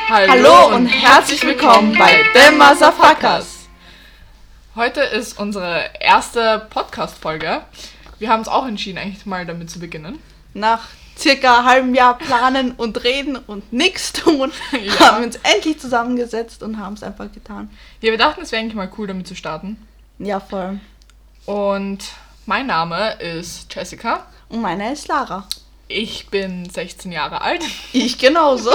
Hallo und herzlich willkommen bei The Motherfuckers. Heute ist unsere erste Podcast-Folge. Wir haben uns auch entschieden, eigentlich mal damit zu beginnen. Nach circa einem halben Jahr planen und reden und nichts tun, haben wir uns endlich zusammengesetzt und haben es einfach getan. Ja, wir dachten, es wäre eigentlich mal cool, damit zu starten. Ja, voll. Und mein Name ist Jessica. Und meine ist Lara. Ich bin 16 Jahre alt. Ich genauso.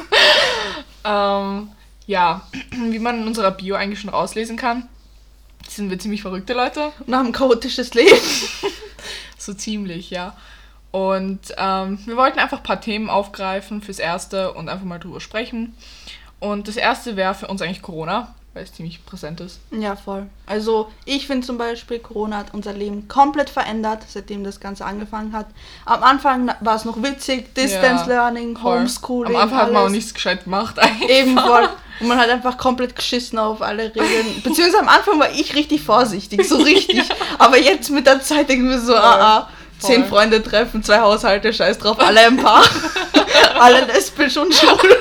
Ja, wie man in unserer Bio eigentlich schon rauslesen kann, sind wir ziemlich verrückte Leute. Und haben ein chaotisches Leben. So ziemlich, ja. Und wir wollten einfach ein paar Themen aufgreifen fürs Erste und einfach mal drüber sprechen. Und das Erste wäre für uns eigentlich Corona, weil es ziemlich präsent ist. Ja, voll. Also ich finde zum Beispiel, Corona hat unser Leben komplett verändert, seitdem das Ganze angefangen hat. Am Anfang war es noch witzig, Distance Learning, voll. Homeschooling, am Anfang hat man auch nichts gescheit gemacht eigentlich. Eben voll. Und man hat einfach komplett geschissen auf alle Regeln. Beziehungsweise am Anfang war ich richtig vorsichtig, so richtig. Aber jetzt mit der Zeit denken wir so, 10 Freunde treffen, 2 Haushalte, scheiß drauf, alle ein Paar. Alle lesbisch und schwul.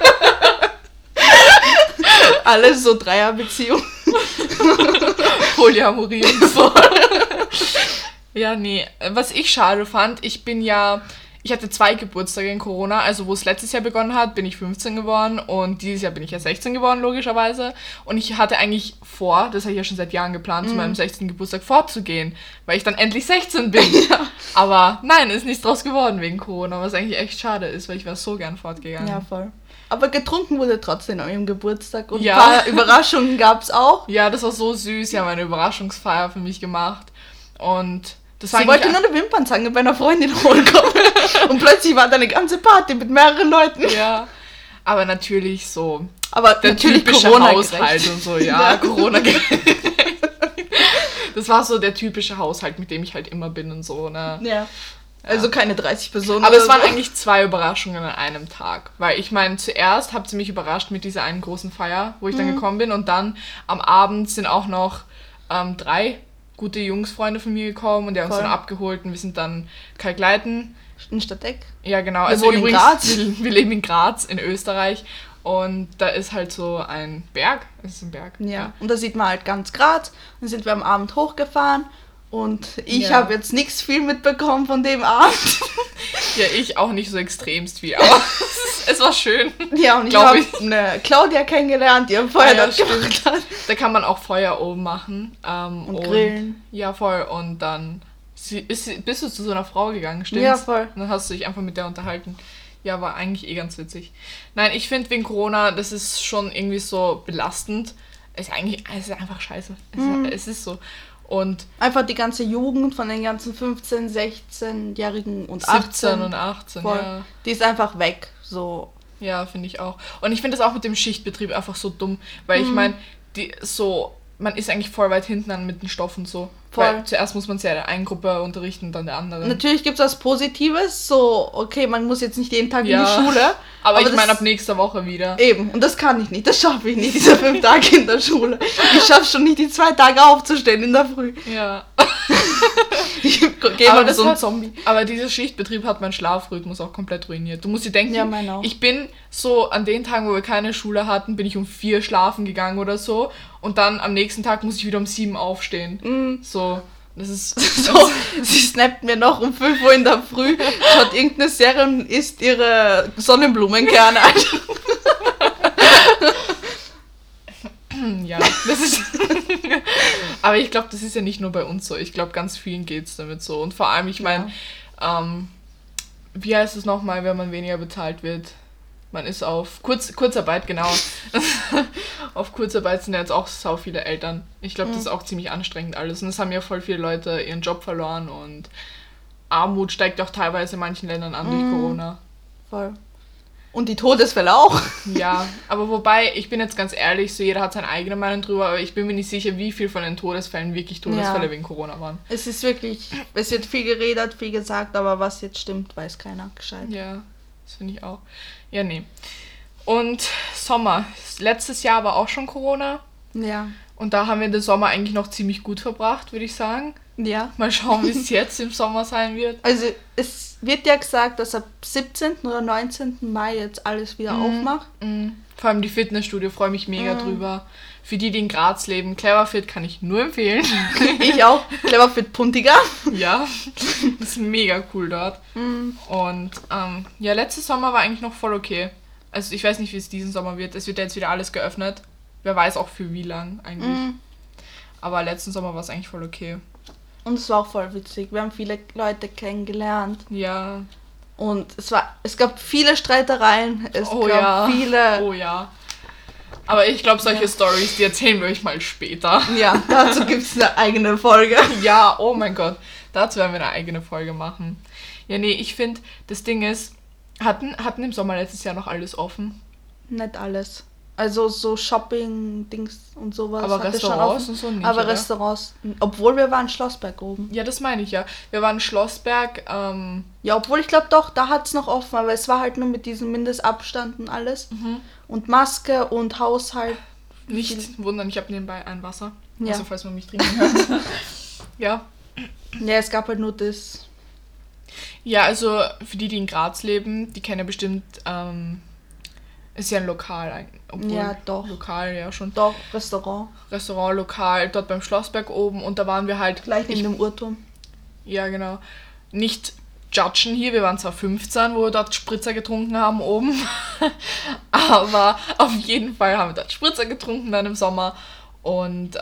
Alles so Dreierbeziehung. Polyamorie und so. Ja, nee. Was ich schade fand, ich hatte 2 Geburtstage in Corona, also wo es letztes Jahr begonnen hat, bin ich 15 geworden und dieses Jahr bin ich ja 16 geworden, logischerweise. Und ich hatte eigentlich vor, das habe ich ja schon seit Jahren geplant, zu meinem 16. Geburtstag fortzugehen, weil ich dann endlich 16 bin. Ja. Aber nein, ist nichts draus geworden wegen Corona, was eigentlich echt schade ist, weil ich wäre so gern fortgegangen. Ja, voll. Aber getrunken wurde trotzdem an ihrem Geburtstag und ein paar Überraschungen gab es auch. Ja, das war so süß. Sie haben eine Überraschungsfeier für mich gemacht und das war sie wollte nur eine Wimpernzange bei einer Freundin holen kommen und plötzlich war da eine ganze Party mit mehreren Leuten. Ja, aber natürlich so. Aber der natürlich typische Haushalt und so, ja. Corona. Das war so der typische Haushalt, mit dem ich halt immer bin und so, ne? Ja. Also keine 30 Personen. Aber es waren eigentlich 2 Überraschungen an einem Tag. Weil ich meine, zuerst habt ihr mich überrascht mit dieser einen großen Feier, wo ich dann gekommen bin. Und dann am Abend sind auch noch 3 gute Jungsfreunde von mir gekommen und die haben uns dann abgeholt und wir sind dann Kalkleiten. In Stadteck? Ja, genau. Wir wohnen in Graz. Wir leben in Graz, in Österreich. Und da ist halt so ein Berg. Es ist ein Berg. Ja. Und da sieht man halt ganz Graz. Dann sind wir am Abend hochgefahren. Und ich habe jetzt nichts viel mitbekommen von dem Abend. Ja, ich auch nicht so extremst viel, aber es war schön. Ja, und ich habe eine Claudia kennengelernt, die am Feuer dort gemacht hat. Da kann man auch Feuer oben machen. Und grillen. Ja, voll. Und dann bist du zu so einer Frau gegangen, stimmt's? Ja, voll. Und dann hast du dich einfach mit der unterhalten. Ja, war eigentlich ganz witzig. Nein, ich finde wegen Corona, das ist schon irgendwie so belastend. Es ist einfach scheiße. Es ist so. Und einfach die ganze Jugend von den ganzen 15-, 16-Jährigen und 17 und 18, voll, ja. Die ist einfach weg, so. Ja, finde ich auch. Und ich finde das auch mit dem Schichtbetrieb einfach so dumm, weil ich meine, man ist eigentlich voll weit hinten an mit den Stoffen so. Voll. Weil zuerst muss man ja der einen Gruppe unterrichten und dann der anderen. Natürlich gibt es was Positives, so, okay, man muss jetzt nicht jeden Tag in die Schule. Aber ich meine ab nächster Woche wieder. Eben, und das kann ich nicht, das schaffe ich nicht, diese 5 Tage in der Schule. Ich schaffe schon nicht, die 2 Tage aufzustehen in der Früh. Ja. Ich gehe mal so ein Zombie. Aber dieser Schichtbetrieb hat meinen Schlafrhythmus auch komplett ruiniert. Du musst dir denken, auch. Ich bin so an den Tagen, wo wir keine Schule hatten, bin ich um 4 schlafen gegangen oder so. Und dann am nächsten Tag muss ich wieder um 7 aufstehen. So, das ist so. Sie snappt mir noch um 5 Uhr in der Früh, schaut irgendeine Serie und isst ihre Sonnenblumenkerne ein. Ja, das ist. Aber ich glaube, das ist ja nicht nur bei uns so. Ich glaube, ganz vielen geht's damit so. Und vor allem, ich meine, wie heißt es nochmal, wenn man weniger bezahlt wird? Man ist auf Kurzarbeit, genau. Auf Kurzarbeit sind ja jetzt auch sau viele Eltern. Ich glaube, das ist auch ziemlich anstrengend alles. Und es haben ja voll viele Leute ihren Job verloren und Armut steigt auch teilweise in manchen Ländern an durch Corona. Voll. Und die Todesfälle auch. Ja, aber wobei, ich bin jetzt ganz ehrlich, so jeder hat seine eigene Meinung drüber, aber ich bin mir nicht sicher, wie viel von den Todesfällen wirklich Todesfälle wegen Corona waren. Es wird viel geredet, viel gesagt, aber was jetzt stimmt, weiß keiner gescheit. Ja, das finde ich auch. Ja, nee. Und Sommer. Letztes Jahr war auch schon Corona. Ja. Und da haben wir den Sommer eigentlich noch ziemlich gut verbracht, würde ich sagen. Ja. Mal schauen, wie es jetzt im Sommer sein wird. Also es wird ja gesagt, dass ab 17. oder 19. Mai jetzt alles wieder aufmacht. Vor allem die Fitnessstudio, freue mich mega drüber. Für die in Graz leben, Cleverfit kann ich nur empfehlen. Ich auch. Cleverfit Puntiga. Ja, das ist mega cool dort. Und ja, letztes Sommer war eigentlich noch voll okay. Also ich weiß nicht, wie es diesen Sommer wird. Es wird jetzt wieder alles geöffnet. Wer weiß auch für wie lang eigentlich. Aber letzten Sommer war es eigentlich voll okay. Und es war auch voll witzig. Wir haben viele Leute kennengelernt. Ja. Und es gab viele Streitereien. Es gab ja. viele... Oh ja. Aber ich glaube, solche Storys, die erzählen wir euch mal später. Ja, dazu gibt es eine eigene Folge. Ja, oh mein Gott. Dazu werden wir eine eigene Folge machen. Ja, nee, ich finde, das Ding ist, hatten im Sommer letztes Jahr noch alles offen? Nicht alles. Also so Shopping-Dings und sowas. Aber hatte Restaurants schon und so nicht, aber oder? Restaurants, obwohl wir waren in Schlossberg oben. Ja, das meine ich ja. Wir waren in Schlossberg, Ja, obwohl ich glaube doch, da hat es noch offen, aber es war halt nur mit diesem Mindestabstand und alles. Und Maske und Haushalt. nicht wundern, ich habe nebenbei ein Wasser. Ja. Also, falls man mich trinken hört. Ja. Ja, es gab halt nur das. Ja, also für die in Graz leben, die kennen ja bestimmt, ist ja ein Lokal eigentlich. Obwohl, Ja, doch. Lokal, ja schon. Doch, Restaurant. Restaurant, Lokal, dort beim Schlossberg oben und da waren wir halt... Gleich neben dem Uhrturm. Ja, genau. Nicht judgen hier, wir waren zwar 15, wo wir dort Spritzer getrunken haben oben, aber auf jeden Fall haben wir dort Spritzer getrunken dann im Sommer und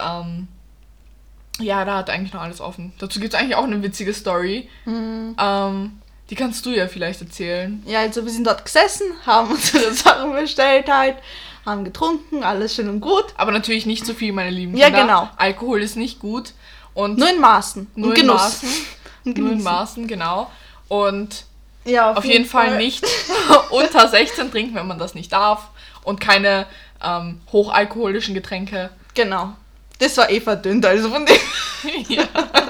ja, da hat eigentlich noch alles offen. Dazu gibt es eigentlich auch eine witzige Story. Die kannst du ja vielleicht erzählen. Ja, also wir sind dort gesessen, haben unsere Sachen bestellt halt, haben getrunken, alles schön und gut. Aber natürlich nicht so viel, meine lieben Ja, Kinder. genau. Alkohol ist nicht gut. Und Nur in Maßen. nur und in Genuss. Maßen. Und Nur in genießen. Maßen, genau. Und Ja, auf jeden Fall nicht unter 16 trinken, wenn man das nicht darf. Und keine hochalkoholischen Getränke. Genau. Das war eh verdünnt, also von dem. Ja.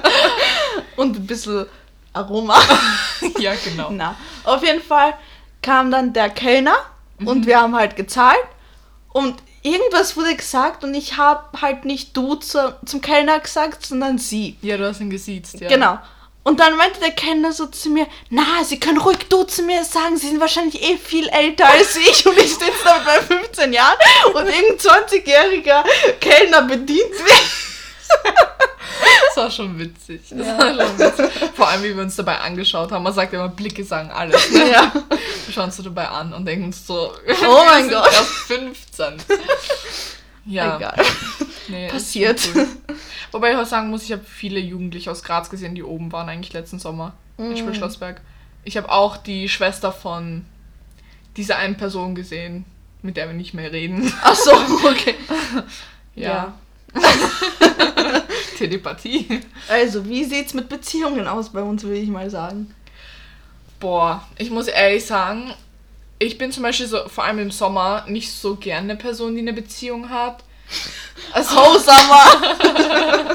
Und ein bisschen Aroma. Ja, genau. Na, auf jeden Fall kam dann der Kellner und wir haben halt gezahlt und irgendwas wurde gesagt und ich habe halt nicht du zum Kellner gesagt, sondern sie. Ja, du hast ihn gesiezt, ja. Genau. Und dann meinte der Kellner so zu mir, na, Sie können ruhig du zu mir sagen, Sie sind wahrscheinlich eh viel älter als ich und ich sitze da mit meinen 15 Jahren und irgendein 20-jähriger Kellner bedient mich. Das war schon witzig. Das war schon witzig. Vor allem, wie wir uns dabei angeschaut haben. Man sagt immer, Blicke sagen alles. Ne? Ja. Wir schauen uns so dabei an und denken uns so, Oh mein wir Gott. sind erst 15. Ja. Egal. Nee, ist Passiert. schon cool. Wobei ich auch sagen muss, ich habe viele Jugendliche aus Graz gesehen, die oben waren, eigentlich letzten Sommer. In Spielschlossberg. Ich habe auch die Schwester von dieser einen Person gesehen, mit der wir nicht mehr reden. Ach so, okay. Ja. Telepathie. Also, wie sieht's mit Beziehungen aus bei uns, würde ich mal sagen? Boah, ich muss ehrlich sagen, ich bin zum Beispiel so, vor allem im Sommer, nicht so gerne eine Person, die eine Beziehung hat. Also, Oh, Sommer!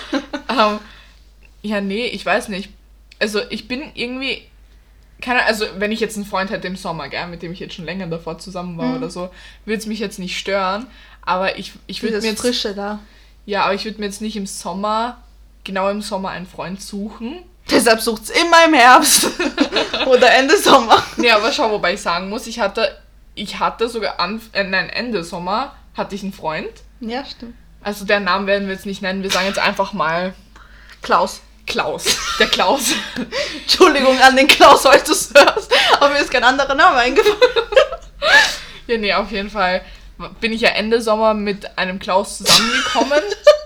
ja, nee, ich weiß nicht. Also, ich bin irgendwie, also wenn ich jetzt einen Freund hätte im Sommer, gell, mit dem ich jetzt schon länger davor zusammen war oder so, würde es mich jetzt nicht stören. Aber ich würde Dieses mir jetzt, Frische da. ja, aber ich würde mir jetzt nicht genau im Sommer einen Freund suchen. Deshalb sucht's immer im Herbst oder Ende Sommer. Nee, aber schau, wobei ich sagen muss, ich hatte sogar Ende Sommer hatte ich einen Freund. Ja, stimmt. Also den Namen werden wir jetzt nicht nennen, wir sagen jetzt einfach mal Klaus. Klaus. Der Klaus. Entschuldigung an den Klaus, falls du es hörst, aber mir ist kein anderer Name eingefallen. Ja, nee, auf jeden Fall bin ich ja Ende Sommer mit einem Klaus zusammengekommen.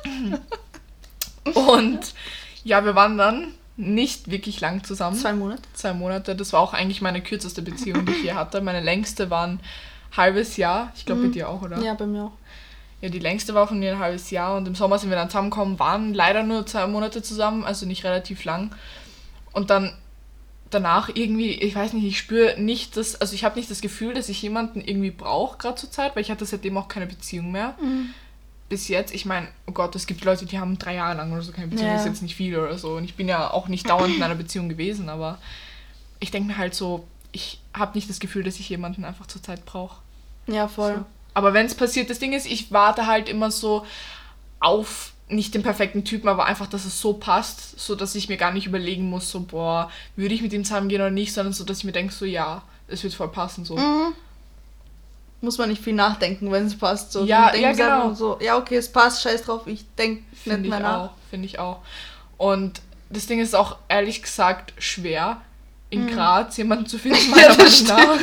Und ja, wir waren dann nicht wirklich lang zusammen. 2 Monate. 2 Monate. Das war auch eigentlich meine kürzeste Beziehung, die ich je hatte. Meine längste war ein halbes Jahr. Ich glaube, bei dir auch, oder? Ja, bei mir auch. Ja, die längste war von mir ein halbes Jahr. Und im Sommer sind wir dann zusammengekommen, waren leider nur 2 Monate zusammen, also nicht relativ lang. Und dann danach irgendwie, ich weiß nicht, ich spüre nicht das, also ich habe nicht das Gefühl, dass ich jemanden irgendwie brauche, gerade zur Zeit, weil ich hatte seitdem auch keine Beziehung mehr. Bis jetzt, ich meine, oh Gott, es gibt Leute, die haben 3 Jahre lang oder so keine Beziehung, Ja. das ist jetzt nicht viel oder so. Und ich bin ja auch nicht dauernd in einer Beziehung gewesen, aber ich denke mir halt so, ich habe nicht das Gefühl, dass ich jemanden einfach zur Zeit brauche. Ja, voll. So. Aber wenn es passiert, das Ding ist, ich warte halt immer so auf nicht den perfekten Typen, aber einfach, dass es so passt, so dass ich mir gar nicht überlegen muss, so, boah, würde ich mit ihm zusammengehen oder nicht, sondern so, dass ich mir denke, so, ja, es wird voll passen, so. Muss man nicht viel nachdenken, wenn es passt. So. Ja, Dann ja, denken sie genau. einfach so, ja, okay, es passt, scheiß drauf, ich denke nicht mehr nach. Finde ich auch. Und das Ding ist auch, ehrlich gesagt, schwer, in Graz jemanden zu finden, meiner Meinung nach.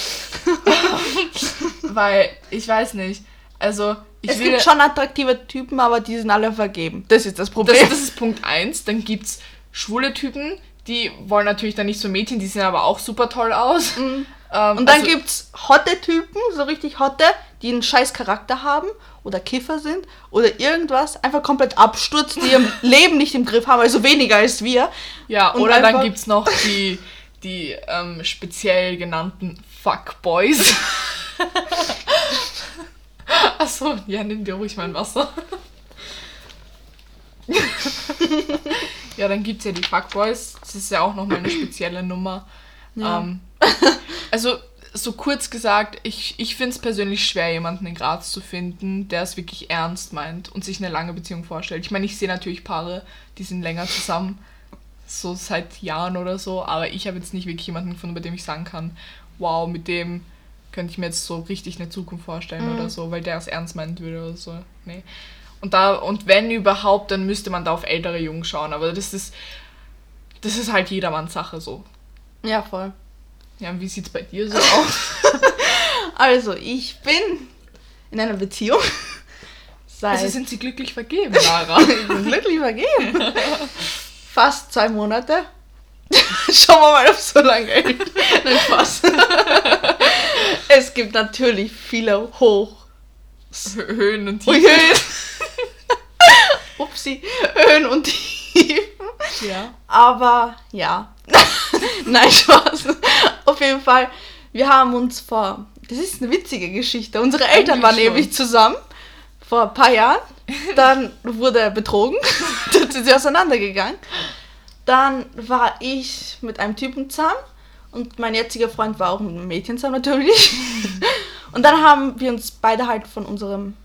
Weil, ich weiß nicht, also... Es gibt schon attraktive Typen, aber die sind alle vergeben. Das ist das Problem. Das ist Punkt 1. Dann gibt's schwule Typen, die wollen natürlich dann nicht so Mädchen, die sehen aber auch super toll aus. Und dann gibt's hotte Typen, so richtig hotte, die einen scheiß Charakter haben oder Kiffer sind oder irgendwas, einfach komplett Absturz, die ihr Leben nicht im Griff haben, also weniger als wir. Ja, und oder einfach, dann gibt's noch die speziell genannten Fuckboys. Achso, ja, nimm dir ruhig mein Wasser. Ja, dann gibt's ja die Fuckboys. Das ist ja auch nochmal eine spezielle Nummer. Ja. Also, so kurz gesagt, ich finde es persönlich schwer, jemanden in Graz zu finden, der es wirklich ernst meint und sich eine lange Beziehung vorstellt. Ich meine, ich sehe natürlich Paare, die sind länger zusammen, so seit Jahren oder so, aber ich habe jetzt nicht wirklich jemanden gefunden, bei dem ich sagen kann, wow, mit dem könnte ich mir jetzt so richtig eine Zukunft vorstellen oder so, weil der es ernst meinen würde oder so. Nee. Und wenn überhaupt, dann müsste man da auf ältere Jungen schauen, aber das ist halt jedermanns Sache so. Ja, voll. Ja, und wie sieht's bei dir so aus? Also, ich bin in einer Beziehung. Also sind sie glücklich vergeben, Lara? Ich bin glücklich vergeben. Fast 2 Monate. Schauen wir mal, ob es so lange hält. Nein, Spaß. Es gibt natürlich viele Höhen und Tiefen. Upsi. Höhen und Tiefen. Ja. Aber, ja. Nein, Spaß. Auf jeden Fall, wir haben uns das ist eine witzige Geschichte. Unsere Eltern waren nämlich zusammen vor ein paar Jahren. Dann wurde er betrogen. Dann sind sie auseinandergegangen. Dann war ich mit einem Typen zusammen und mein jetziger Freund war auch mit einem Mädchen zusammen natürlich. Und dann haben wir uns beide halt von unserem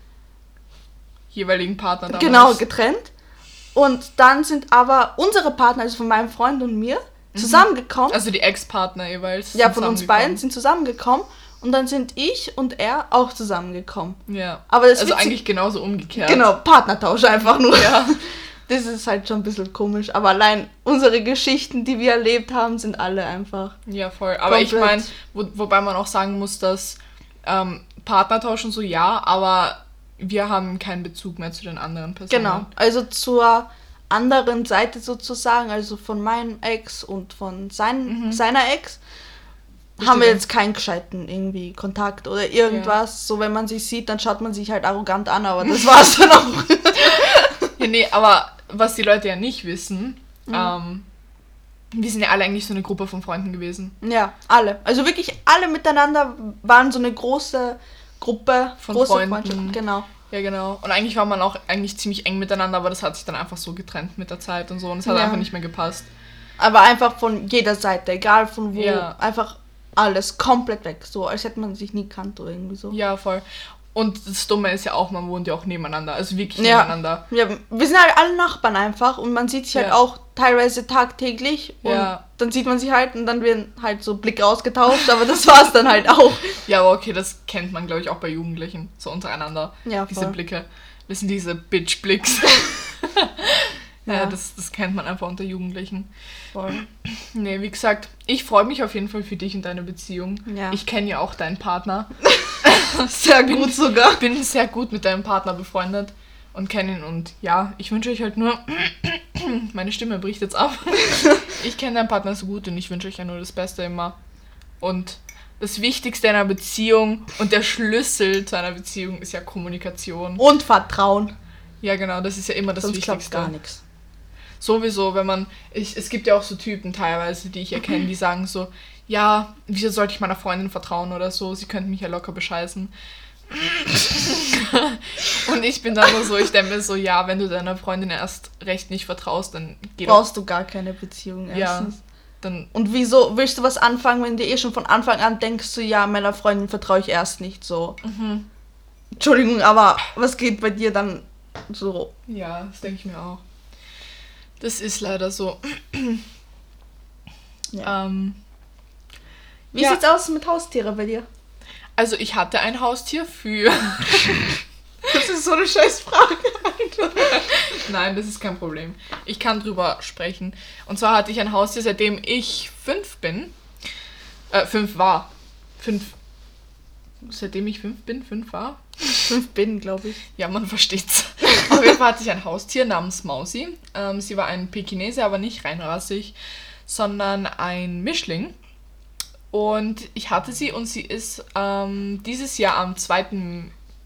jeweiligen Partner damals. Genau, getrennt. Und dann sind aber unsere Partner, also von meinem Freund und mir, zusammengekommen. Also die Ex-Partner jeweils. Ja, von uns beiden sind zusammengekommen. Und dann sind ich und er auch zusammengekommen. Ja. Aber das also eigentlich genauso umgekehrt. Genau, Partnertausch einfach nur. Ja. Das ist halt schon ein bisschen komisch. Aber allein unsere Geschichten, die wir erlebt haben, sind alle einfach. Ja, voll. Aber komplett. Ich meine, wobei man auch sagen muss, dass Partnertausch und so ja, aber wir haben keinen Bezug mehr zu den anderen Personen. Genau, also zur anderen Seite sozusagen, also von meinem Ex und von seiner Ex, haben wir jetzt keinen gescheiten irgendwie Kontakt oder irgendwas. Ja. So, wenn man sich sieht, dann schaut man sich halt arrogant an, aber das war's dann auch. Ja, nee, aber was die Leute ja nicht wissen, wir sind ja alle eigentlich so eine Gruppe von Freunden gewesen. Ja, alle. Also wirklich alle miteinander waren so eine große Gruppe von große Freunden. Freundschaft. Genau. Ja, genau. Und eigentlich war man auch eigentlich ziemlich eng miteinander, aber das hat sich dann einfach so getrennt mit der Zeit und so und es hat einfach nicht mehr gepasst. Aber einfach von jeder Seite, egal von wo, ja. Einfach alles komplett weg, so als hätte man sich nie gekannt oder irgendwie so. Ja, voll. Und das Dumme ist ja auch, man wohnt ja auch nebeneinander, also wirklich nebeneinander. Ja, wir sind halt alle Nachbarn einfach und man sieht sich halt auch teilweise tagtäglich und dann sieht man sich halt und dann werden halt so Blicke ausgetauscht, aber das war's dann halt auch. Ja, aber okay, das kennt man, glaube ich, auch bei Jugendlichen, so untereinander, diese Blicke. Das sind diese Bitch-Blicks. Ja, das kennt man einfach unter Jugendlichen. Voll. Nee, wie gesagt, ich freue mich auf jeden Fall für dich und deine Beziehung. Ja. Ich kenne ja auch deinen Partner. Sehr gut sogar. Ich bin sehr gut mit deinem Partner befreundet und kenne ihn. Und ja, ich wünsche euch halt nur... Meine Stimme bricht jetzt ab. Ich kenne deinen Partner so gut und ich wünsche euch ja nur das Beste immer. Und das Wichtigste in einer Beziehung und der Schlüssel zu einer Beziehung ist ja Kommunikation. Und Vertrauen. Ja, genau, das ist ja immer das Sonst Wichtigste. Gar nichts. Sowieso, wenn man... Es gibt ja auch so Typen teilweise, die ich erkenne, die sagen so, ja, wieso sollte ich meiner Freundin vertrauen oder so, sie könnte mich ja locker bescheißen. Und ich bin dann nur so, ich denke mir so, ja, wenn du deiner Freundin erst recht nicht vertraust, dann brauchst du gar keine Beziehung erstens. Ja, dann... Und wieso willst du was anfangen, wenn du schon von Anfang an denkst, so, ja, meiner Freundin vertraue ich erst nicht so. Entschuldigung, aber was geht bei dir dann So. Ja, das denke ich mir auch. Das ist leider so. Ja. Wie sieht's aus mit Haustieren bei dir? Also ich hatte ein Haustier für... Das ist so eine Scheißfrage. Nein, das ist kein Problem. Ich kann drüber sprechen. Und zwar hatte ich ein Haustier, seitdem ich 5 bin. 5 war. 5. Seitdem ich 5 bin, 5 war. 5 bin, glaube ich. Ja, man versteht's. Auf jeden Fall hatte ich ein Haustier namens Mausi. Sie war ein Pekinese, aber nicht reinrassig, sondern ein Mischling. Und ich hatte sie und sie ist dieses Jahr am 2.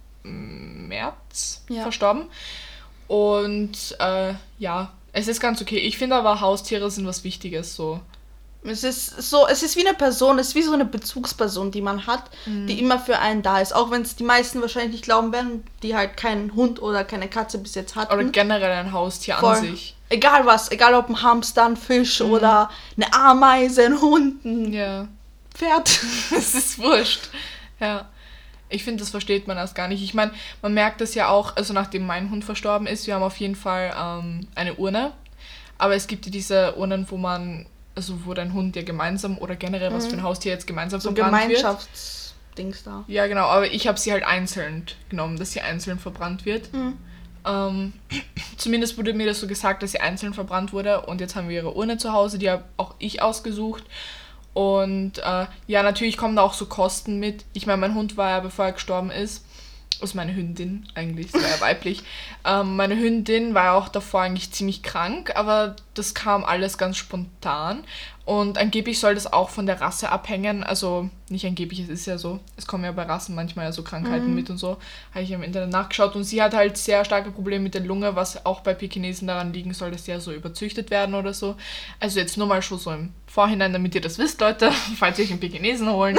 März verstorben. Und ja, es ist ganz okay. Ich finde aber, Haustiere sind was Wichtiges so. Es ist wie eine Person, es ist wie so eine Bezugsperson, die man hat, die immer für einen da ist. Auch wenn es die meisten wahrscheinlich nicht glauben werden, die halt keinen Hund oder keine Katze bis jetzt hatten. Oder generell ein Haustier Voll. an sich. Egal was, egal ob ein Hamster, ein Fisch oder eine Ameise, ein Hund, ein Pferd. Es ist wurscht. Ja. Ich finde, das versteht man erst gar nicht. Ich meine, man merkt das ja auch, also nachdem mein Hund verstorben ist, wir haben auf jeden Fall eine Urne. Aber es gibt ja diese Urnen, wo dein Hund ja gemeinsam oder generell was für ein Haustier jetzt gemeinsam so verbrannt wird. Gemeinschaftsdings da. Ja, genau, aber ich habe sie halt einzeln genommen, dass sie einzeln verbrannt wird. Zumindest wurde mir das so gesagt, dass sie einzeln verbrannt wurde und jetzt haben wir ihre Urne zu Hause, die habe auch ich ausgesucht. Und ja, natürlich kommen da auch so Kosten mit. Ich meine, mein Hund war ja, bevor er gestorben ist, also meine Hündin eigentlich, sie war ja weiblich. Meine Hündin war ja auch davor eigentlich ziemlich krank, aber das kam alles ganz spontan. Und angeblich soll das auch von der Rasse abhängen. Also nicht angeblich, es ist ja so. Es kommen ja bei Rassen manchmal ja so Krankheiten mit und so. Habe ich im Internet nachgeschaut. Und sie hat halt sehr starke Probleme mit der Lunge, was auch bei Pekinesen daran liegen soll, dass die ja so überzüchtet werden oder so. Also jetzt nur mal schon so im Vorhinein, damit ihr das wisst, Leute. Falls ihr euch einen Pekinesen holt,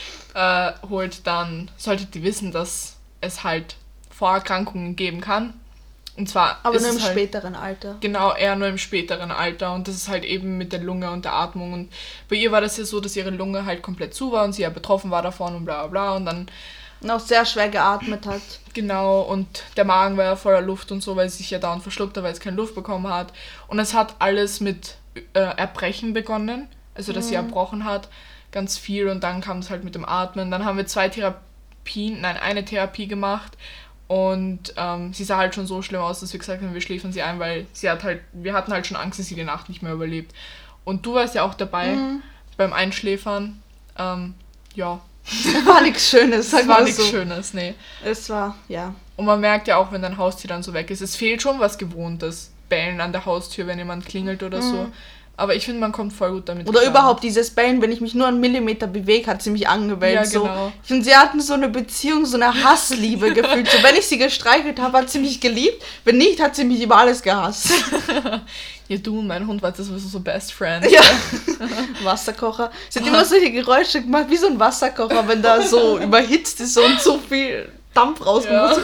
dann solltet ihr wissen, dass es halt Vorerkrankungen geben kann. Und zwar aber nur im halt, späteren Alter. Genau, eher nur im späteren Alter. Und das ist halt eben mit der Lunge und der Atmung. Und bei ihr war das ja so, dass ihre Lunge halt komplett zu war und sie ja betroffen war davon und bla bla bla. Und dann... Und auch sehr schwer geatmet hat. Genau, und der Magen war ja voller Luft und so, weil sie sich ja dauernd verschluckt hat, weil es keine Luft bekommen hat. Und es hat alles mit Erbrechen begonnen. Also, dass sie erbrochen hat, ganz viel. Und dann kam es halt mit dem Atmen. Dann haben wir eine Therapie gemacht und sie sah halt schon so schlimm aus, dass wir gesagt haben, wir schläfern sie ein, weil wir hatten halt schon Angst, dass sie die Nacht nicht mehr überlebt. Und du warst ja auch dabei beim Einschläfern. Ja. War nichts Schönes, sag mal so. Es war nichts Schönes, nee. Es war, ja. Und man merkt ja auch, wenn dein Haustier dann so weg ist, es fehlt schon was Gewohntes. Bellen an der Haustür, wenn jemand klingelt oder so. Aber ich finde, man kommt voll gut damit oder klar. Überhaupt dieses Bellen, wenn ich mich nur einen Millimeter bewege, hat sie mich angebellt. Ja, genau. So. Ich finde, sie hatten so eine Beziehung, so eine Hassliebe gefühlt. So, wenn ich sie gestreichelt habe, hat sie mich geliebt. Wenn nicht, hat sie mich über alles gehasst. Ja, du und mein Hund waren das so Best Friends. Ja. Wasserkocher. Sie hat immer solche Geräusche gemacht, wie so ein Wasserkocher, wenn da so überhitzt ist und so viel Dampf rauskommt.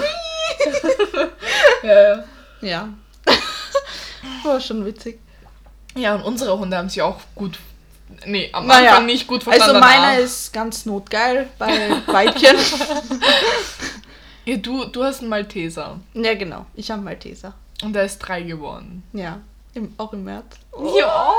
Ja. Ja. War schon witzig. Ja, und unsere Hunde haben sich auch gut... Nee, am Anfang nicht gut verstanden. Also meiner ist ganz notgeil bei Weibchen. Ja, du hast einen Malteser. Ja, genau. Ich habe einen Malteser. Und der ist 3 geworden. Ja, auch im März. Oh. Ja!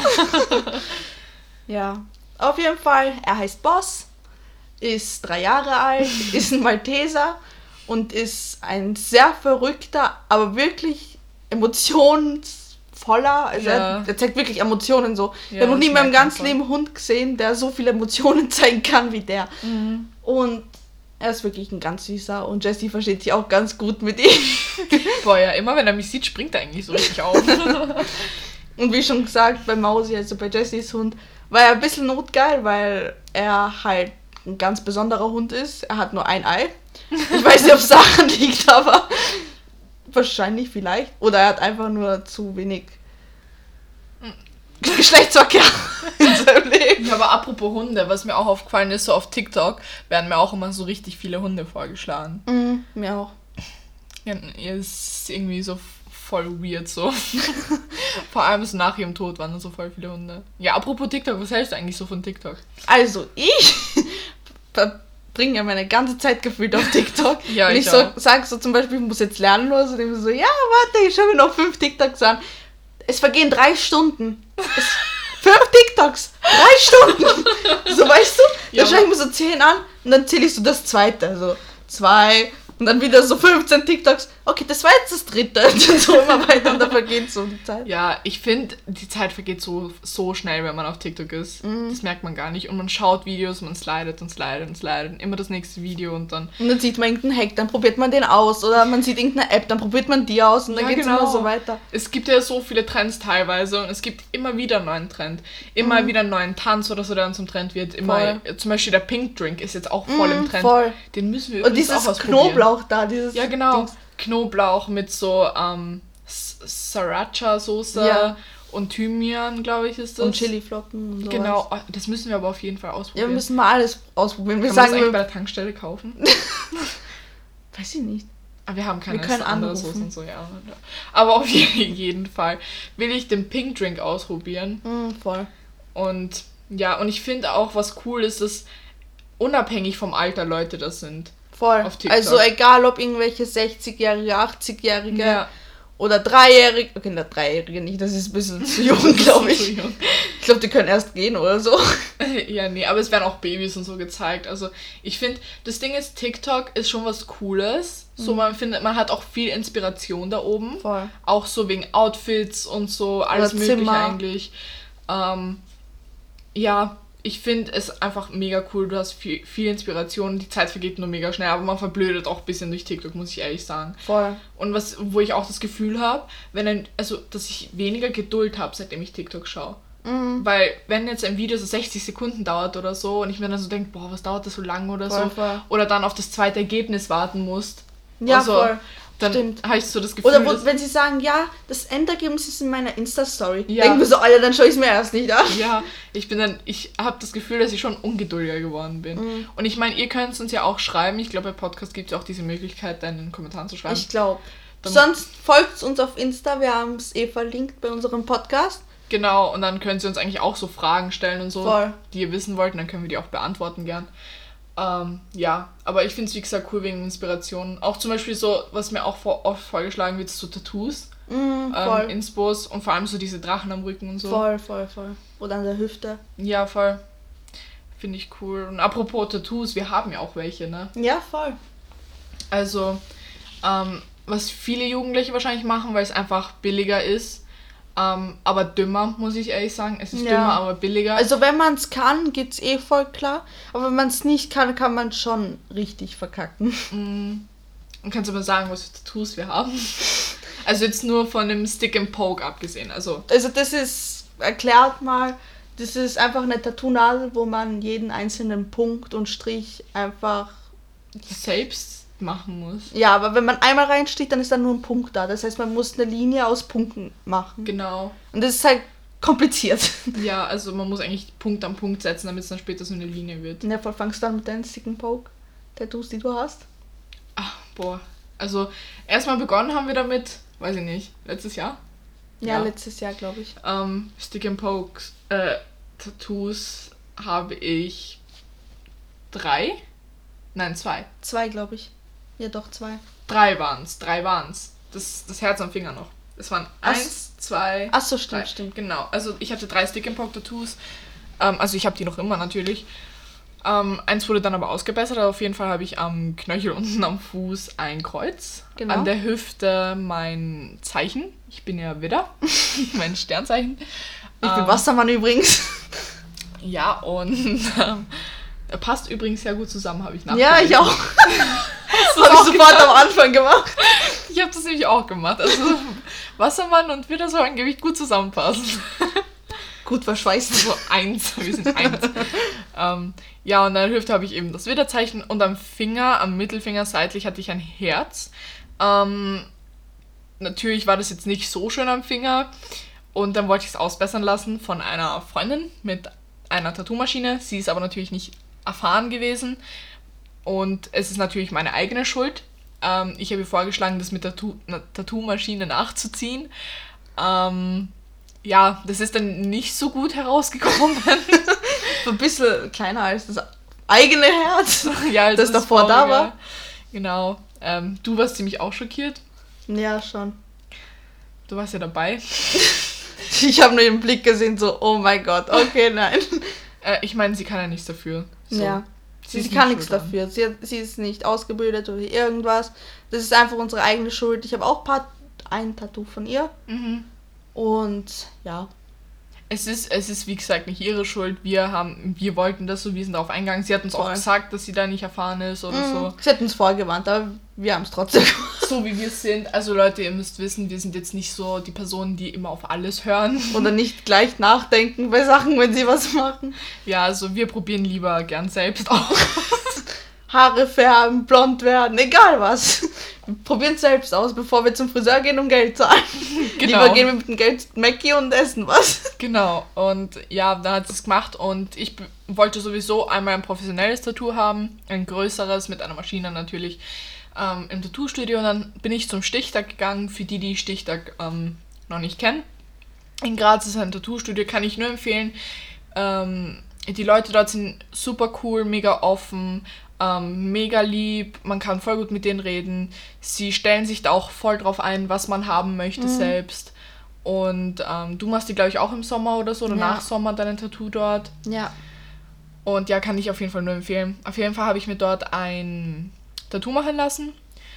Ja, auf jeden Fall, er heißt Boss, ist 3 Jahre alt, ist ein Malteser und ist ein sehr verrückter, aber wirklich emotionsvoller, also er zeigt wirklich Emotionen so. Ich habe noch nie in meinem ganzen Leben einen Hund gesehen, der so viele Emotionen zeigen kann wie der. Und er ist wirklich ein ganz süßer und Jessie versteht sich auch ganz gut mit ihm. Boah, ja, immer wenn er mich sieht, springt er eigentlich so richtig auf. Und wie schon gesagt, bei Mausi, also bei Jessies Hund, war er ein bisschen notgeil, weil er halt ein ganz besonderer Hund ist. Er hat nur ein Ei. Ich weiß nicht, ob es daran liegt, aber wahrscheinlich vielleicht. Oder er hat einfach nur zu wenig Geschlechtsverkehr in seinem Leben. Ja, aber apropos Hunde, was mir auch aufgefallen ist, so auf TikTok werden mir auch immer so richtig viele Hunde vorgeschlagen. Mir auch. Ja, ist irgendwie so voll weird so. Vor allem so nach ihrem Tod waren da so voll viele Hunde. Ja, apropos TikTok, was hältst du eigentlich so von TikTok? Also, ich verbringe ja meine ganze Zeit gefühlt auf TikTok. Ja, wenn ich so sage, so zum Beispiel, ich muss jetzt lernen oder so, dann so, ja, warte, ich schaue mir noch 5 TikToks an. Es vergehen 3 Stunden. 5 TikToks, 3 Stunden. So, weißt du? Dann schaue ich mir so 10 an und dann zähle ich so das zweite. Also 2 und dann wieder so 15 TikToks. Okay, das war jetzt das dritte. Und so immer weiter und dann vergeht so die Zeit. Ja, ich finde, die Zeit vergeht so schnell, wenn man auf TikTok ist. Das merkt man gar nicht. Und man schaut Videos, man slidet und slidet und slidet. Und immer das nächste Video und dann... Und dann sieht man irgendeinen Hack, dann probiert man den aus. Oder man sieht irgendeine App, dann probiert man die aus. Und dann geht es immer so weiter. Es gibt ja so viele Trends teilweise. Und es gibt immer wieder einen neuen Trend. Immer wieder einen neuen Tanz oder so, der dann zum Trend wird. Immer, zum Beispiel der Pink Drink ist jetzt auch voll im Trend. Voll. Den müssen wir und dieses auch ausprobieren. Knoblauch da, dieses... Ja, genau. Dings. Knoblauch mit so Sriracha-Soße und Thymian, glaube ich, ist das. Und Chiliflocken und sowas. Genau, das müssen wir aber auf jeden Fall ausprobieren. Ja, wir müssen mal alles ausprobieren. Wir Kann sagen, man das eigentlich bei der Tankstelle kaufen? Weiß ich nicht. Aber wir haben keine können andere anrufen. Soße und so, ja. Aber auf jeden Fall will ich den Pink Drink ausprobieren. Voll. Und ja, und ich finde auch, was cool ist, dass unabhängig vom Alter Leute das sind. Voll. Auf TikTok. Also egal, ob irgendwelche 60-Jährige, 80-Jährige Ja. oder 3-Jährige. Okay, na, 3-Jährige nicht, das ist ein bisschen zu jung, glaube ich. Ich glaube, die können erst gehen oder so. Ja, nee, aber es werden auch Babys und so gezeigt. Also ich finde, das Ding ist, TikTok ist schon was Cooles. So, man findet, man hat auch viel Inspiration da oben. Voll. Auch so wegen Outfits und so, alles Oder mögliche Zimmer. eigentlich. Ja, ich finde es einfach mega cool. Du hast viel Inspiration. Die Zeit vergeht nur mega schnell, aber man verblödet auch ein bisschen durch TikTok, muss ich ehrlich sagen. Voll. Und wo ich auch das Gefühl habe, dass ich weniger Geduld habe, seitdem ich TikTok schaue. Weil wenn jetzt ein Video so 60 Sekunden dauert oder so und ich mir dann so denke, boah, was dauert das so lange oder Voll, so, voll. oder dann auf das zweite Ergebnis warten musst, Ja, also, voll. dann Stimmt. habe ich so das Gefühl, Oder dass, wenn sie sagen, ja, das Endergebnis ist in meiner Insta-Story. Ja. Denken wir so, Alter, dann schaue ich es mir erst nicht an. ja, ich habe das Gefühl, dass ich schon ungeduldiger geworden bin. Und ich meine, ihr könnt es uns ja auch schreiben. Ich glaube, bei Podcast gibt es auch diese Möglichkeit, da in den Kommentaren zu schreiben. Ich glaube. Sonst folgt uns auf Insta, wir haben es verlinkt bei unserem Podcast. Genau, und dann könnt ihr uns eigentlich auch so Fragen stellen und so, Voll. die ihr wissen wollt, und dann können wir die auch beantworten gern. Ja, aber ich finde es wie gesagt cool wegen Inspirationen. Auch zum Beispiel so, was mir auch oft vorgeschlagen wird, so Tattoos, Voll. Inspos und vor allem so diese Drachen am Rücken und so. Voll. Oder an der Hüfte. Ja, voll. Finde ich cool. Und apropos Tattoos, wir haben ja auch welche, ne? Ja, voll. Also, was viele Jugendliche wahrscheinlich machen, weil es einfach billiger ist. Aber dümmer, muss ich ehrlich sagen. Es ist dümmer, aber billiger. Also wenn man es kann, geht's voll klar. Aber wenn man es nicht kann, kann man schon richtig verkacken. Und kannst du mal sagen, was für Tattoos wir haben? Also jetzt nur von dem Stick and Poke abgesehen. Also das ist, erklärt mal, das ist einfach eine Tattoo-Nadel, wo man jeden einzelnen Punkt und Strich einfach... selbst machen muss. Ja, aber wenn man einmal reinsticht, dann ist da nur ein Punkt da. Das heißt, man muss eine Linie aus Punkten machen. Genau. Und das ist halt kompliziert. Ja, also man muss eigentlich Punkt an Punkt setzen, damit es dann später so eine Linie wird. In der Fall fangst du dann mit deinen Stick and Poke Tattoos, die du hast. Ach, boah. Also erstmal begonnen haben wir damit, weiß ich nicht, letztes Jahr? Ja, letztes Jahr, glaube ich. Stick and Poke Tattoos habe ich 3? Nein, 2. 2, glaube ich. Ja, doch, 2. 3 waren's. Das Herz am Finger noch. Es waren 1, 2, Ach so, stimmt, 3. stimmt. Genau, also ich hatte 3 Stick and Poke Tattoos. Also ich habe die noch immer natürlich. Eins wurde dann aber ausgebessert. Auf jeden Fall habe ich am Knöchel unten am Fuß ein Kreuz. Genau. An der Hüfte mein Zeichen. Ich bin ja Widder. Mein Sternzeichen. Ich bin Wassermann übrigens. Ja, und passt übrigens sehr gut zusammen, habe ich nachgedacht. Ja, ich auch. Das habe ich sofort am Anfang gemacht. Ich habe das nämlich auch gemacht. Also Wassermann und Widder sollen angeblich gut zusammenpassen. Gut verschweißt. So 1, wir sind 1. Ja, und an der Hüfte habe ich eben das Widderzeichen und am Finger, am Mittelfinger seitlich hatte ich ein Herz. Natürlich war das jetzt nicht so schön am Finger und dann wollte ich es ausbessern lassen von einer Freundin mit einer Tattoo-Maschine. Sie ist aber natürlich nicht erfahren gewesen und es ist natürlich meine eigene Schuld. Ich habe ihr vorgeschlagen, das mit der Tattoo-Maschine nachzuziehen. Ja, das ist dann nicht so gut herausgekommen. So ein bisschen kleiner als das eigene Herz, Ja, das davor da war. Genau. Du warst ziemlich auch schockiert. Ja, schon. Du warst ja dabei. Ich habe nur den Blick gesehen, so, oh mein Gott, okay, nein. Ich meine, sie kann ja nichts dafür. So. Ja. Sie ist kann nicht nichts schuld dran. dafür. Sie ist nicht ausgebildet oder irgendwas. Das ist einfach unsere eigene Schuld. Ich habe auch ein Tattoo von ihr. Mhm. Und ja. Es ist, wie gesagt, nicht ihre Schuld. Wir wollten das so, wir sind darauf eingegangen. Sie hat uns auch Voll. gesagt, dass sie da nicht erfahren ist oder so. Sie hat uns vorgewarnt, aber wir haben es trotzdem gemacht. So wie wir sind. Also Leute, ihr müsst wissen, wir sind jetzt nicht so die Personen, die immer auf alles hören. Oder nicht gleich nachdenken bei Sachen, wenn sie was machen. Ja, also wir probieren lieber gern selbst aus. Haare färben, blond werden, egal was. Wir probieren es selbst aus, bevor wir zum Friseur gehen und Geld zahlen. Genau. Lieber gehen wir mit dem Geld zu Mackie und essen was. Genau, und ja, da hat sie es gemacht und ich wollte sowieso einmal ein professionelles Tattoo haben, ein größeres mit einer Maschine natürlich, im Tattoo-Studio, und dann bin ich zum Stichtag gegangen, für die Stichtag noch nicht kennen. In Graz ist ein Tattoo-Studio, kann ich nur empfehlen. Die Leute dort sind super cool, mega offen, mega lieb, man kann voll gut mit denen reden. Sie stellen sich da auch voll drauf ein, was man haben möchte selbst. Und du machst die, glaube ich, auch im Sommer oder so, oder Ja. nach Sommer dein Tattoo dort. Ja. Und ja, kann ich auf jeden Fall nur empfehlen. Auf jeden Fall habe ich mir dort ein Tattoo machen lassen.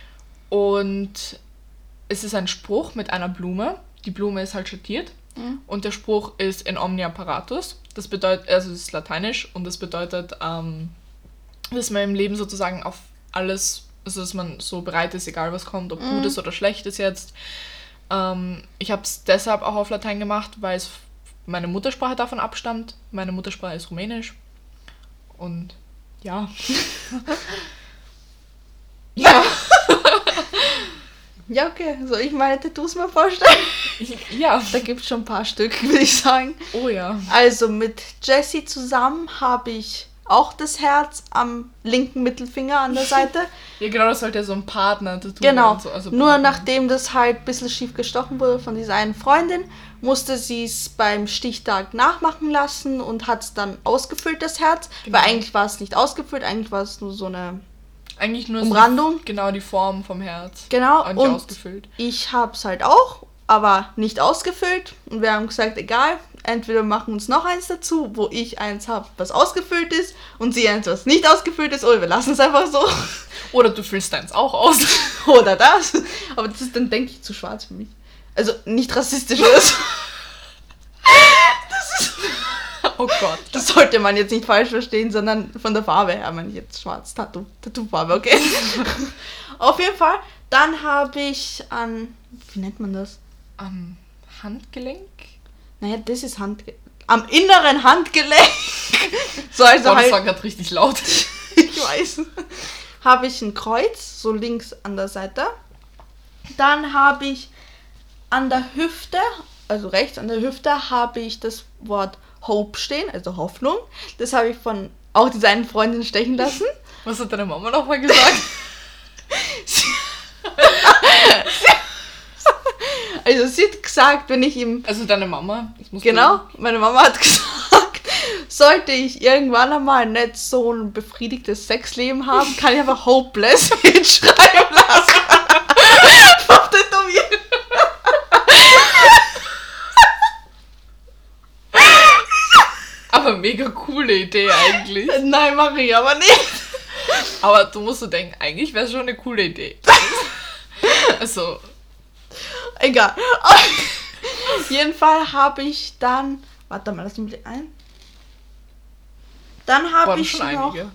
Und es ist ein Spruch mit einer Blume. Die Blume ist halt schattiert. Und der Spruch ist in omnia paratus. Das bedeutet, also es ist lateinisch und das bedeutet, dass man im Leben sozusagen auf alles, also dass man so bereit ist, egal was kommt, ob gut ist oder schlecht ist jetzt. Ich habe es deshalb auch auf Latein gemacht, weil es meine Muttersprache davon abstammt. Meine Muttersprache ist Rumänisch. Und ja. Ja. Ja, okay. Soll ich meine Tattoos mal vorstellen? Ja. Da gibt es schon ein paar Stück, würde ich sagen. Oh ja. Also mit Jessie zusammen habe ich auch das Herz am linken Mittelfinger an der Seite. Ja, genau, das sollte ja so ein Partner-Tattoo Genau. sein. So, also Nur Partner. nachdem das halt ein bisschen schief gestochen wurde von dieser einen Freundin, musste sie es beim Stichtag nachmachen lassen und hat es dann ausgefüllt, das Herz. Genau. Weil eigentlich war es nicht ausgefüllt, eigentlich war es nur so eine Eigentlich nur Umrandung. So genau die Form vom Herz. Genau, Und nicht und ausgefüllt. ich habe es halt auch, aber nicht ausgefüllt. Und wir haben gesagt, egal, entweder machen uns noch eins dazu, wo ich eins habe, was ausgefüllt ist, und sie eins, was nicht ausgefüllt ist, oder wir lassen es einfach so. Oder du füllst deins auch aus. Oder das. Aber das ist dann, denke ich, zu schwarz für mich. Also nicht rassistisch oder so. Oh Gott. Das sollte man jetzt nicht falsch verstehen, sondern von der Farbe her meine ich jetzt schwarz. Tattoo-Farbe, okay. Auf jeden Fall. Dann habe ich an, wie nennt man das? Am Handgelenk? Naja, das ist am inneren Handgelenk. So, also Boah, das halt, war gerade richtig laut. ich weiß. Habe ich ein Kreuz, so links an der Seite. Dann habe ich an der Hüfte, also rechts an der Hüfte, habe ich das Wort Hope stehen, also Hoffnung. Das habe ich von auch dieser einen Freundin stechen lassen. Was hat deine Mama nochmal gesagt? Also sie hat gesagt, wenn ich ihm... Also deine Mama? Das musst Genau, meine Mama hat gesagt, sollte ich irgendwann einmal nicht so ein befriedigtes Sexleben haben, kann ich einfach hopeless hinschreiben lassen. Auf tätowieren. Aber mega coole Idee eigentlich. Nein, mache ich aber nicht. Aber du musst so denken, eigentlich wäre es schon eine coole Idee. Also, Egal. Auf jeden Fall habe ich dann... Warte mal, lass mich ein. Dann habe waren ich schon noch... einige.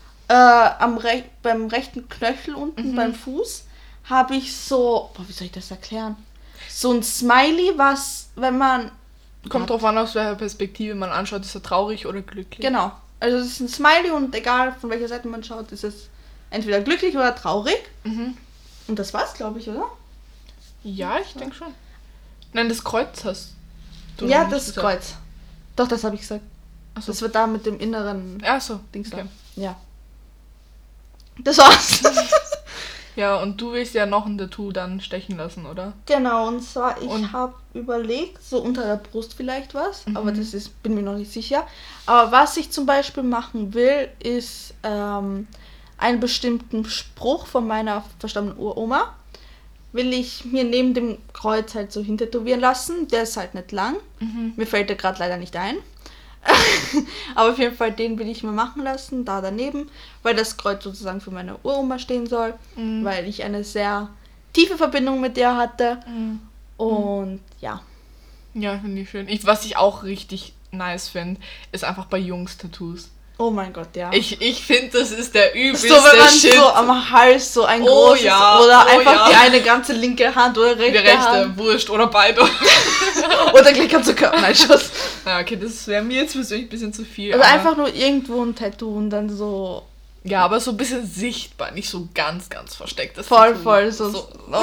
Beim rechten Knöchel unten, beim Fuß, habe ich so... Boah, wie soll ich das erklären? So ein Smiley, was, wenn man... Kommt drauf an, aus welcher Perspektive man anschaut, ist er traurig oder glücklich. Genau. Also es ist ein Smiley und egal von welcher Seite man schaut, ist es entweder glücklich oder traurig. Mhm. Und das war's, glaube ich, oder? Ja, ich denke schon. Nein, das Kreuz hast du Ja, noch nicht das gesagt. Kreuz. Doch, das habe ich gesagt. Achso. Das wird da mit dem inneren Ach so. Dings Okay. da. Ja. Das war's. Ja, und du willst ja noch ein Tattoo dann stechen lassen, oder? Genau, und zwar, ich habe überlegt, so unter der Brust vielleicht was, aber bin mir noch nicht sicher. Aber was ich zum Beispiel machen will, ist einen bestimmten Spruch von meiner verstorbenen Uroma, will ich mir neben dem Kreuz halt so hintätowieren lassen. Der ist halt nicht lang. Mir fällt der gerade leider nicht ein. Aber auf jeden Fall, den will ich mir machen lassen, da daneben, weil das Kreuz sozusagen für meine Uroma stehen soll, weil ich eine sehr tiefe Verbindung mit der hatte. Und ja. Ja, finde ich schön. Was ich auch richtig nice finde, ist einfach bei Jungs Tattoos. Oh mein Gott, ja. Ich finde, das ist der übelste so, wenn man Shit. so am Hals so ein großes oder einfach die eine ganze linke Hand oder rechte Hand. Wurscht oder beide. Oder gleich ganz so Körper. Nein, Schuss. Ja, okay, das wäre mir jetzt persönlich ein bisschen zu viel. Also einfach nur irgendwo ein Tattoo und dann so... Ja, aber so ein bisschen sichtbar, nicht so ganz, ganz versteckt. Das voll, so. Oh.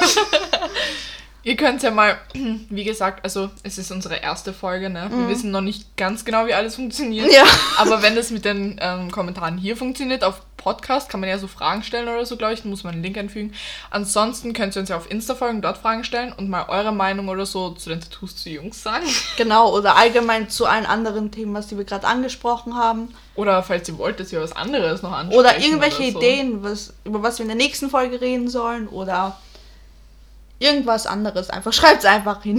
Ihr könnt ja mal, wie gesagt, also es ist unsere erste Folge, ne? Wir wissen noch nicht ganz genau, wie alles funktioniert. Ja. Aber wenn das mit den Kommentaren hier funktioniert, auf Podcast kann man ja so Fragen stellen oder so, glaube ich, dann muss man einen Link einfügen. Ansonsten könnt ihr uns ja auf Insta folgen, dort Fragen stellen und mal eure Meinung oder so zu den Tattoos zu Jungs sagen. Genau, oder allgemein zu allen anderen Themen, was die wir gerade angesprochen haben. Oder falls ihr wollt, dass wir was anderes noch ansprechen. Oder irgendwelche oder so. Ideen, über was wir in der nächsten Folge reden sollen oder... irgendwas anderes einfach. Schreibt's einfach hin.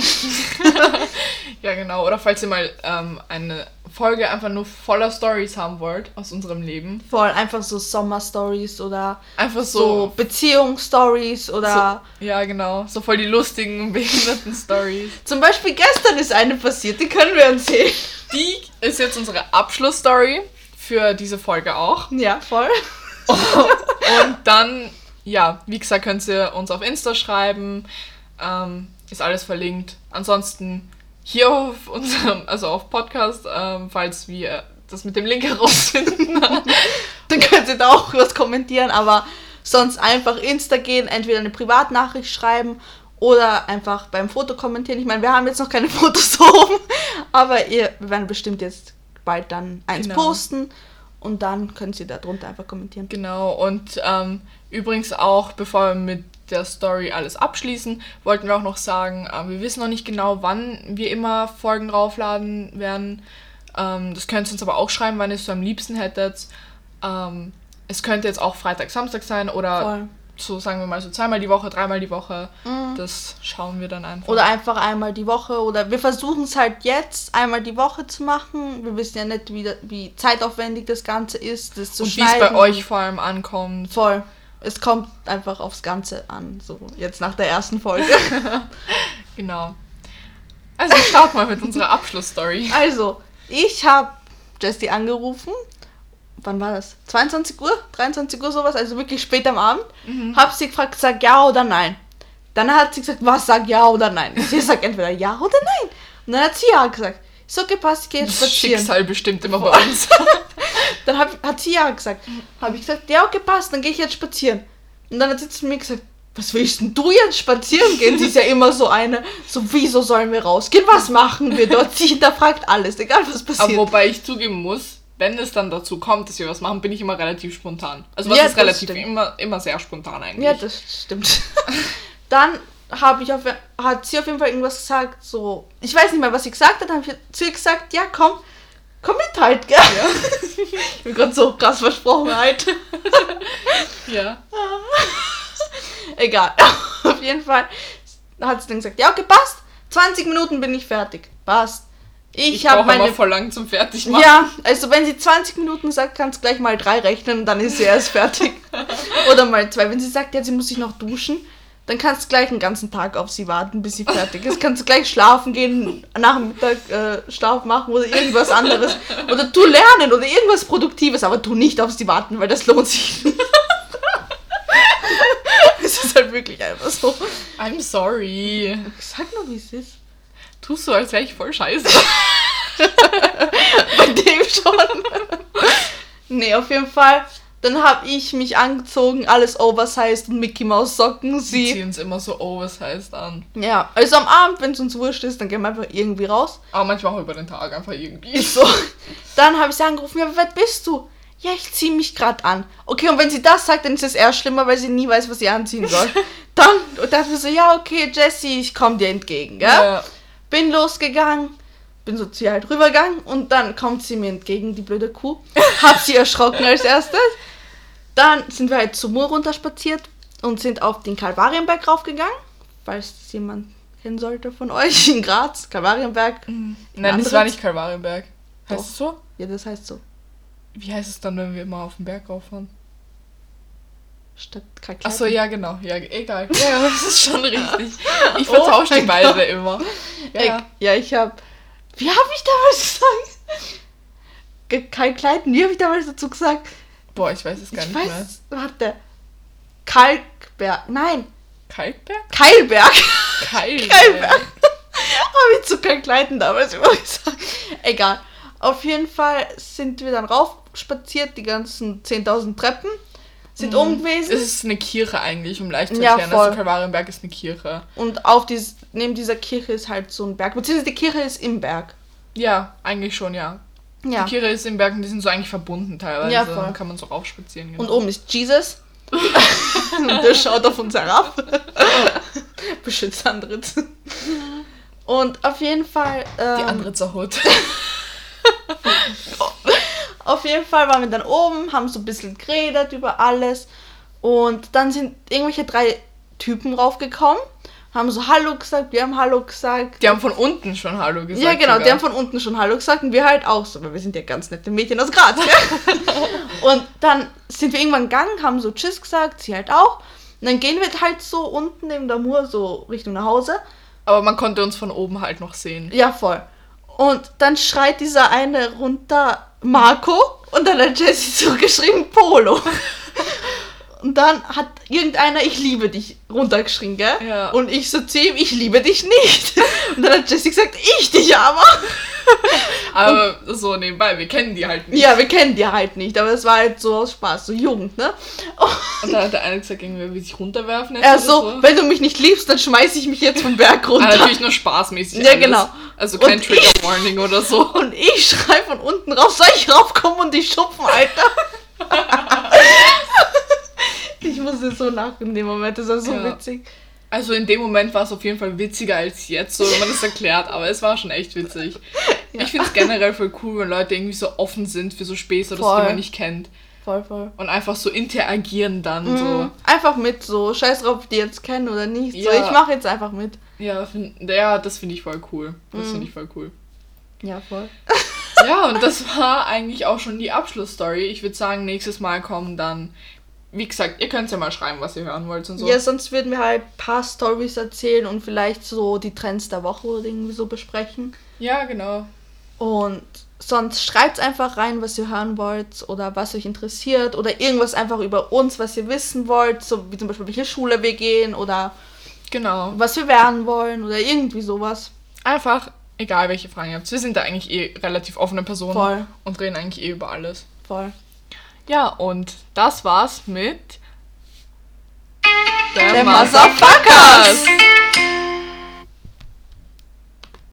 Ja, genau. Oder falls ihr mal eine Folge einfach nur voller Stories haben wollt aus unserem Leben. Voll, einfach so Sommer-Stories oder einfach so Beziehungsstories oder... So, ja, genau. So voll die lustigen, behinderten Stories. Zum Beispiel gestern ist eine passiert, die können wir erzählen. Die ist jetzt unsere Abschlussstory für diese Folge auch. Ja, voll. Und dann... Ja, wie gesagt, könnt ihr uns auf Insta schreiben, ist alles verlinkt. Ansonsten hier auf unserem, also auf Podcast, falls wir das mit dem Link herausfinden, dann könnt ihr da auch was kommentieren, aber sonst einfach Insta gehen, entweder eine Privatnachricht schreiben oder einfach beim Foto kommentieren. Ich meine, wir haben jetzt noch keine Fotos oben, aber wir werden bestimmt jetzt bald dann eins posten. Und dann können Sie da drunter einfach kommentieren. Genau, und übrigens auch, bevor wir mit der Story alles abschließen, wollten wir auch noch sagen, wir wissen noch nicht genau, wann wir immer Folgen raufladen werden. Das könnt ihr uns aber auch schreiben, wann ihr es so am liebsten hättet. Es könnte jetzt auch Freitag, Samstag sein oder so, sagen wir mal so 2-mal die Woche, 3-mal die Woche. Das schauen wir dann einfach. Oder einfach einmal die Woche. Oder wir versuchen es halt jetzt einmal die Woche zu machen. Wir wissen ja nicht, wie zeitaufwendig das Ganze ist, das zu schneiden. Und wie es bei euch vor allem ankommt. Voll. Es kommt einfach aufs Ganze an, so jetzt nach der ersten Folge. Genau. Also starten wir mit unserer Abschlussstory. Also, ich habe Jessie angerufen. Wann war das? 22 Uhr? 23 Uhr sowas, also wirklich spät am Abend. Hab sie gefragt, sag ja oder nein. Dann hat sie gesagt, was, sag ja oder nein. Sie sagt entweder ja oder nein. Und dann hat sie ja gesagt. So, okay, passt, ich gehe jetzt spazieren. Das Schicksal bestimmt immer bei uns. Dann hat sie ja gesagt. Habe ich gesagt, ja, okay, passt, dann gehe ich jetzt spazieren. Und dann hat sie zu mir gesagt, was willst denn du jetzt spazieren gehen? Sie ist ja immer so eine, so wieso sollen wir rausgehen? Was machen wir dort? Sie hinterfragt alles, egal was passiert. Aber wobei ich zugeben muss, wenn es dann dazu kommt, dass wir was machen, bin ich immer relativ spontan. Also was ist relativ immer sehr spontan eigentlich. Ja, das stimmt. Dann hat sie auf jeden Fall irgendwas gesagt, so, ich weiß nicht mehr, was sie gesagt hat, dann habe ich zu ihr gesagt, ja, komm mit halt, gell? Ja. Ich bin gerade so krass versprochen halt. Ja. Egal, auf jeden Fall hat sie dann gesagt, ja, okay, passt, 20 Minuten bin ich fertig, passt. Ich brauche immer voll lang zum Fertigmachen. Ja, also wenn sie 20 Minuten sagt, kannst du gleich mal 3 rechnen und dann ist sie erst fertig. Oder mal 2. Wenn sie sagt, ja, sie muss sich noch duschen, dann kannst du gleich einen ganzen Tag auf sie warten, bis sie fertig ist. Kannst du gleich schlafen gehen, nach dem Mittag Schlaf machen oder irgendwas anderes. Oder du lernen oder irgendwas Produktives, aber du nicht auf sie warten, weil das lohnt sich nicht. Es ist halt wirklich einfach so. I'm sorry. Sag nur, wie es ist. Tust so, als wäre ich voll scheiße. Bei dem schon. Nee, auf jeden Fall. Dann habe ich mich angezogen, alles oversized und Mickey Maus Socken. Sie ziehen uns immer so oversized an. Ja, also am Abend, wenn es uns wurscht ist, dann gehen wir einfach irgendwie raus. Aber manchmal auch über den Tag einfach irgendwie. So. Dann habe ich sie angerufen, ja, wie weit bist du? ja, ich ziehe mich gerade an. Okay, und wenn sie das sagt, dann ist es eher schlimmer, weil sie nie weiß, was sie anziehen soll. Dann dachte ich so, ja, okay, Jessie, ich komme dir entgegen, gell? Ja. Bin losgegangen, bin so zu ihr halt rübergegangen und dann kommt sie mir entgegen, die blöde Kuh. Hab sie erschrocken als erstes. Dann sind wir halt zur Mur runterspaziert und sind auf den Kalvarienberg raufgegangen, falls jemand hin sollte von euch in Graz. Kalvarienberg. Nein, das war nicht Kalvarienberg. Heißt es so? Ja, das heißt so. Wie heißt es dann, wenn wir immer auf den Berg rauffahren? Statt Kalkleiten. Achso, ja, genau. Ja, egal. Ja, das ist schon richtig. Ich vertausche die beide immer. Ja, ich hab... Wie habe ich damals gesagt? Kalkleiten, wie habe ich damals dazu gesagt? Boah, ich weiß es gar nicht mehr. Warte. Kalkberg. Nein. Kalkberg? Keilberg. Keilberg. Habe ich zu Kalkleiten damals immer gesagt. Egal. Auf jeden Fall sind wir dann rauf spaziert, die ganzen 10.000 Treppen sind oben gewesen. Es ist eine Kirche eigentlich, um leicht zu erklären. Ja, also Kalvarienberg ist eine Kirche. Und neben dieser Kirche ist halt so ein Berg, beziehungsweise die Kirche ist im Berg. Ja, eigentlich schon, ja. Die Kirche ist im Berg und die sind so eigentlich verbunden teilweise. Ja, voll. Dann kann man so raufspazieren. Genau. Und oben ist Jesus. Und der schaut auf uns herab. Beschützt andere. Und auf jeden Fall... die andere Zerhut. Auf jeden Fall waren wir dann oben, haben so ein bisschen geredet über alles. Und dann sind irgendwelche 3 Typen raufgekommen, haben so Hallo gesagt, wir haben Hallo gesagt. Die haben von unten schon Hallo gesagt. Ja, genau, sogar. Die haben von unten schon Hallo gesagt und wir halt auch so, weil wir sind ja ganz nette Mädchen aus Graz. Und dann sind wir irgendwann gegangen, haben so Tschüss gesagt, sie halt auch. Und dann gehen wir halt so unten neben der Mur so Richtung nach Hause. Aber man konnte uns von oben halt noch sehen. Ja, voll. Und dann schreit dieser eine runter Marco und dann hat Jessie zurückgeschrieben Polo. Und dann hat irgendeiner ich liebe dich runtergeschrien, gell? Ja. Und ich so zu ihm, ich liebe dich nicht. Und dann hat Jessie gesagt, ich dich aber. Aber so nebenbei, wir kennen die halt nicht. Ja, wir kennen die halt nicht, aber es war halt so aus Spaß, so Jugend, ne? Und dann hat der eine gesagt, irgendwie will sich runterwerfen. Er so, wenn du mich nicht liebst, dann schmeiß ich mich jetzt vom Berg runter. Aber natürlich nur spaßmäßig. Ja, alles. Genau. Also kein Trigger Warning oder so. Und ich schrei von unten raus, soll ich raufkommen und dich schupfen, Alter? Ich musste so lachen in dem Moment, das war so witzig. Also in dem Moment war es auf jeden Fall witziger als jetzt, so wenn man es erklärt, aber es war schon echt witzig. Ja. Ich finde es generell voll cool, wenn Leute irgendwie so offen sind für so Späße, oder die man nicht kennt. Voll. Und einfach so interagieren dann. So. Einfach mit so, scheiß drauf, ob die jetzt kennen oder nicht. Ja. So, ich mache jetzt einfach mit. Ja, das finde ich voll cool. Das finde ich voll cool. Ja, voll. Ja, und das war eigentlich auch schon die Abschlussstory. Ich würde sagen, nächstes Mal kommen dann, wie gesagt, ihr könnt ja mal schreiben, was ihr hören wollt und so. Ja, sonst würden wir halt ein paar Storys erzählen und vielleicht so die Trends der Woche oder irgendwie so besprechen. Ja, genau. Und sonst schreibt einfach rein, was ihr hören wollt oder was euch interessiert oder irgendwas einfach über uns, was ihr wissen wollt, so wie zum Beispiel, welche Schule wir gehen oder was wir werden wollen oder irgendwie sowas. Einfach, egal welche Fragen ihr habt. Wir sind da eigentlich relativ offene Personen. Voll. Und reden eigentlich über alles. Voll. Ja, und das war's mit der Motherfuckers!